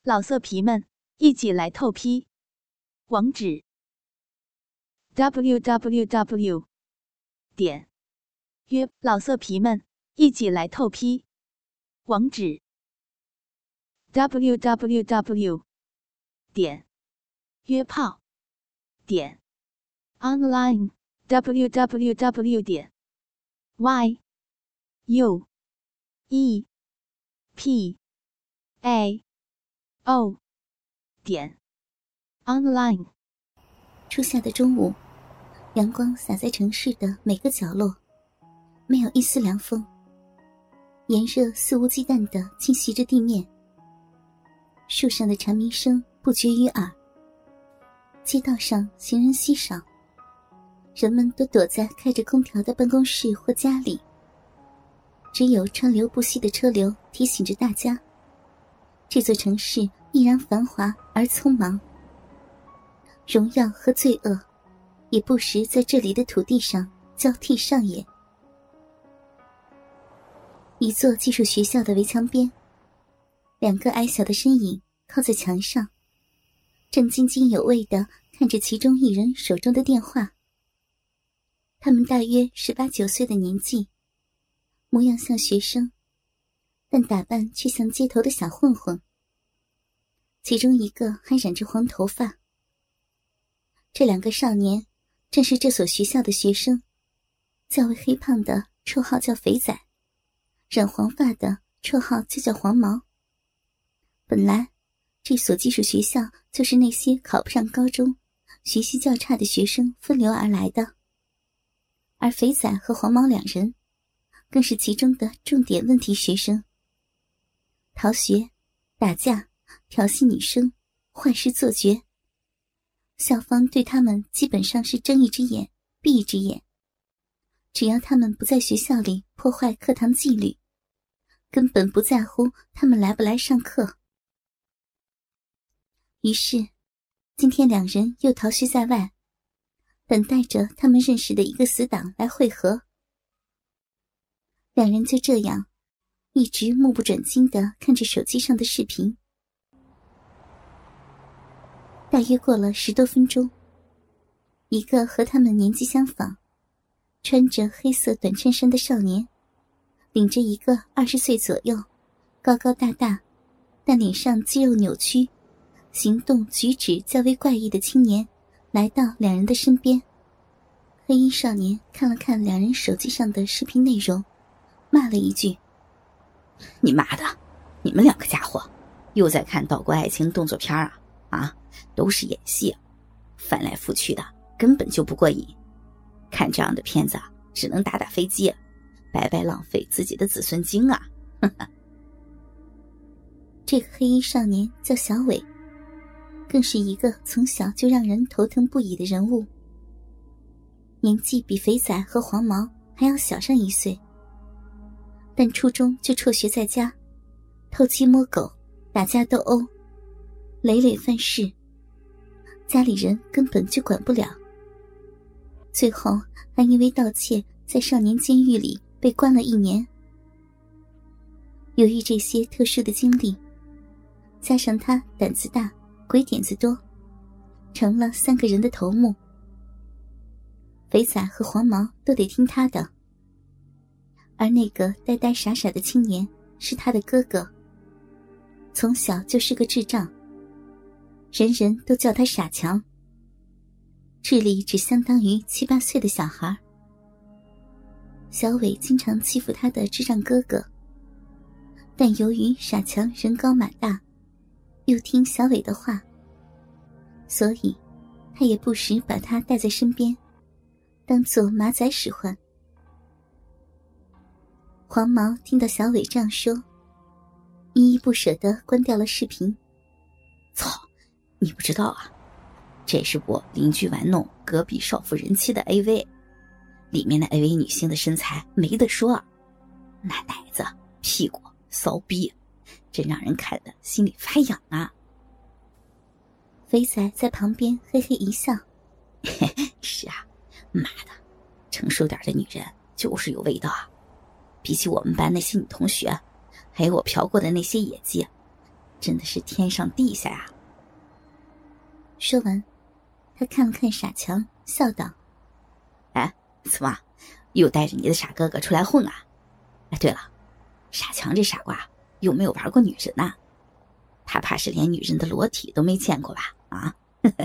老色皮们，一起来透批！网址 www.约老色皮们，一起来透批！网址 www.约炮.online www.yuepao.online。 初夏的中午，阳光洒在城市的每个角落，没有一丝凉风，炎热肆无忌惮地侵袭着地面。树上的蝉鸣声不绝于耳，街道上行人稀少，人们都躲在开着空调的办公室或家里。只有川流不息的车流提醒着大家，这座城市依然繁华而匆忙，荣耀和罪恶也不时在这里的土地上交替上演。一座技术学校的围墙边，两个矮小的身影靠在墙上，正津津有味地看着其中一人手中的电话。他们大约18、19岁的年纪，模样像学生，但打扮却像街头的小混混。其中一个还染着黄头发。这两个少年正是这所学校的学生，较为黑胖的绰号叫肥仔，染黄发的绰号就叫黄毛。本来这所技术学校就是那些考不上高中、学习较差的学生分流而来的，而肥仔和黄毛两人更是其中的重点问题学生。逃学、打架、调戏女生、坏事做绝，校方对他们基本上是睁一只眼闭一只眼，只要他们不在学校里破坏课堂纪律，根本不在乎他们来不来上课。于是今天两人又逃学在外，等待着他们认识的一个死党来会合。两人就这样一直目不转睛地看着手机上的视频。大约过了10多分钟，一个和他们年纪相仿、穿着黑色短衬衫的少年，领着一个20岁左右、高高大大但脸上肌肉扭曲、行动举止较为怪异的青年来到两人的身边。黑衣少年看了看两人手机上的视频内容，骂了一句： 你妈的，你们两个家伙又在看岛国爱情动作片啊，都是演戏，翻来覆去的根本就不过瘾，看这样的片子只能打飞机，白白浪费自己的子孙精啊。 这个黑衣少年叫小伟，更是一个从小就让人头疼不已的人物，年纪比肥仔和黄毛还要小上1岁，但初中就辍学在家，偷鸡摸狗，打架斗殴，累累犯事，家里人根本就管不了，最后还因为盗窃在少年监狱里被关了1年。由于这些特殊的经历，加上他胆子大、鬼点子多，成了3个人的头目。肥仔和黄毛都得听他的，而那个呆呆傻傻的青年是他的哥哥，从小就是个智障，人人都叫他傻强，智力只相当于7、8岁的小孩。小伟经常欺负他的智障哥哥，但由于傻强人高马大，又听小伟的话，所以他也不时把他带在身边，当作马仔使唤。黄毛听到小伟这样说，依依不舍地关掉了视频。 操，你不知道啊，这是我邻居玩弄隔壁少妇人妻的 AV， 里面的 AV 女性的身材没得说，那奶子、屁股、骚逼，真让人看得心里发痒啊。 肥仔在旁边嘿嘿一笑， 是啊，妈的，成熟点的女人就是有味道啊，比起我们班那些女同学，还有我嫖过的那些野鸡， 真的是天上地下呀。 说完，他看了看傻强，笑道： 哎，怎么又带着你的傻哥哥出来混啊？哎，对了，傻强这傻瓜有没有玩过女人啊？他怕是连女人的裸体都没见过吧？啊？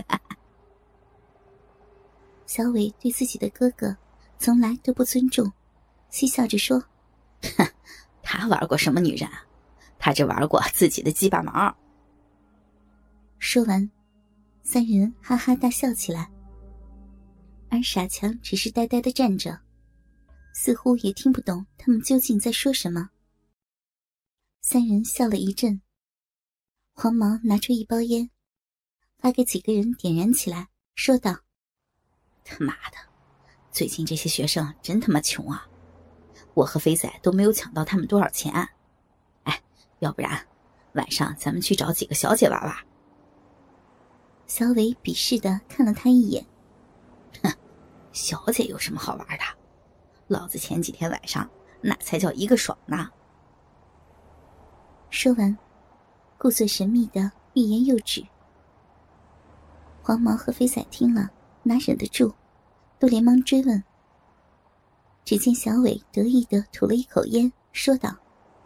小伟对自己的哥哥从来都不尊重，嬉笑着说： 他玩过什么女人啊？他只玩过自己的鸡巴毛。 说完，三人哈哈大笑起来，而傻强只是呆呆地站着，似乎也听不懂他们究竟在说什么。三人笑了一阵，黄毛拿出一包烟，发给几个人点燃起来，说道： 他妈的，最近这些学生真他妈穷啊！我和肥仔都没有抢到他们多少钱。哎，要不然晚上咱们去找几个小姐玩玩。 小伟鄙视地看了他一眼： 哼，小姐有什么好玩的？老子前几天晚上那才叫一个爽呢。 说完，故作神秘地欲言又止。黄毛和肥仔听了哪忍得住，都连忙追问。只见小伟得意地吐了一口烟，说道：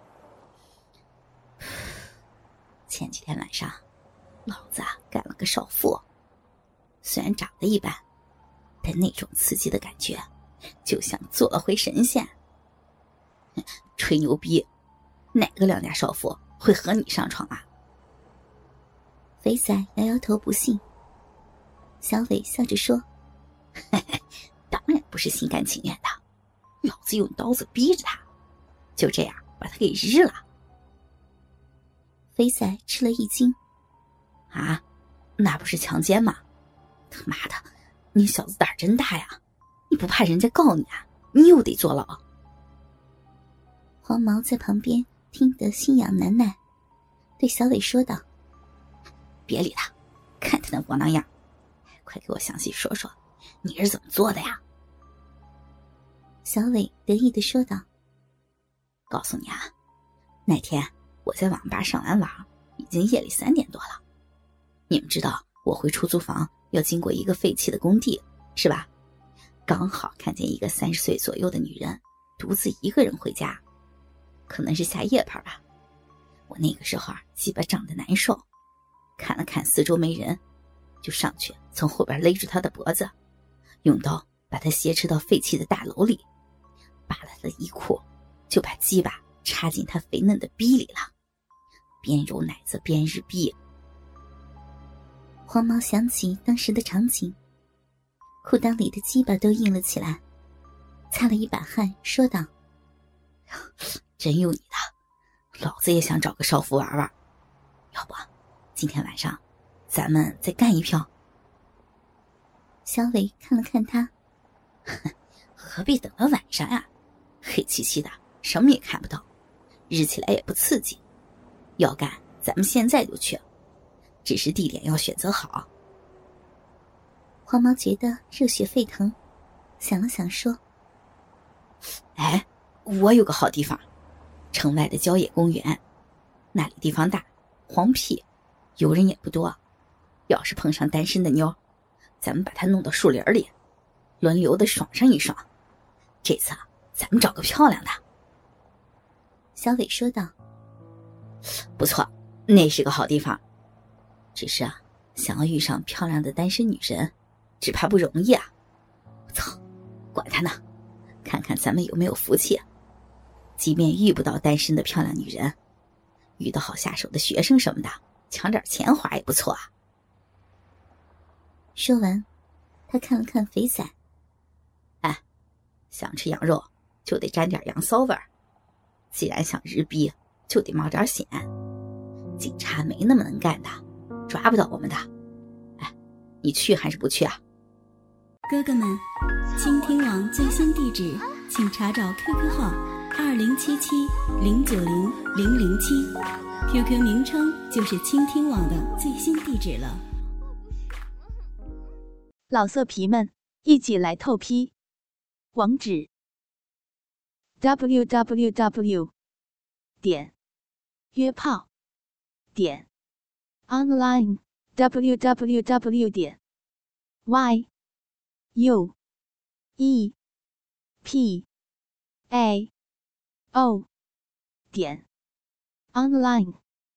前几天晚上老子干了个少妇，虽然长得一般，但那种刺激的感觉就像做了回神仙。吹牛逼，哪个良家少妇会和你上床啊？ 肥仔摇摇头不信。小伟笑着说： 嘿嘿，当然不是心甘情愿的，老子用刀子逼着他，就这样把他给日了。 肥仔吃了一惊： 啊，那不是强奸吗？他妈的，你小子胆真大呀！你不怕人家告你啊？你又得坐牢。 黄毛在旁边听得心痒难耐，对小伟说道： 别理他，看他那窝囊样，快给我详细说说你是怎么做的呀？ 小伟得意地说道： 告诉你啊，那天我在网吧上完网，已经夜里3点多了。你们知道我回出租房要经过一个废弃的工地，是吧？刚好看见一个30岁左右的女人独自一个人回家，可能是下夜班吧。我那个时候鸡巴胀得难受，看了看四周没人，就上去从后边勒住她的脖子，用刀把她挟持到废弃的大楼里，扒了她的衣裤，就把鸡巴插进她肥嫩的逼里了，边揉奶子边日逼。 黄毛想起当时的场景，裤裆里的鸡巴都硬了起来，擦了一把汗，说道： 真有你的，老子也想找个少妇玩玩，要不今天晚上咱们再干一票？ 小伟看了看他： 何必等到晚上呀？黑漆漆的，什么也看不到，日起来也不刺激。要干咱们现在就去，只是地点要选择好。 黄毛觉得热血沸腾，想了想说： 哎，我有个好地方，城外的郊野公园，那里地方大，荒僻，游人也不多。要是碰上单身的妞，咱们把她弄到树林里，轮流的爽上一爽。这次咱们找个漂亮的。 小伟说道： 不错，那是个好地方。只是想要遇上漂亮的单身女人，只怕不容易啊。操，管他呢，看看咱们有没有福气。即便遇不到单身的漂亮女人，遇到好下手的学生什么的，抢点钱花也不错啊。 说完，他看了看肥仔： 哎，想吃羊肉就得沾点羊骚味儿，既然想日逼，就得冒点险。警察没那么能干的，抓不到我们的。哎，你去还是不去啊？ 哥哥们，倾听网最新地址，请查找 QQ 号2077-090-007，QQ 名称就是倾听网的最新地址了。 老色皮们，一起来透批！网址 www.约炮点 online www 点 y u e p a o 点 online。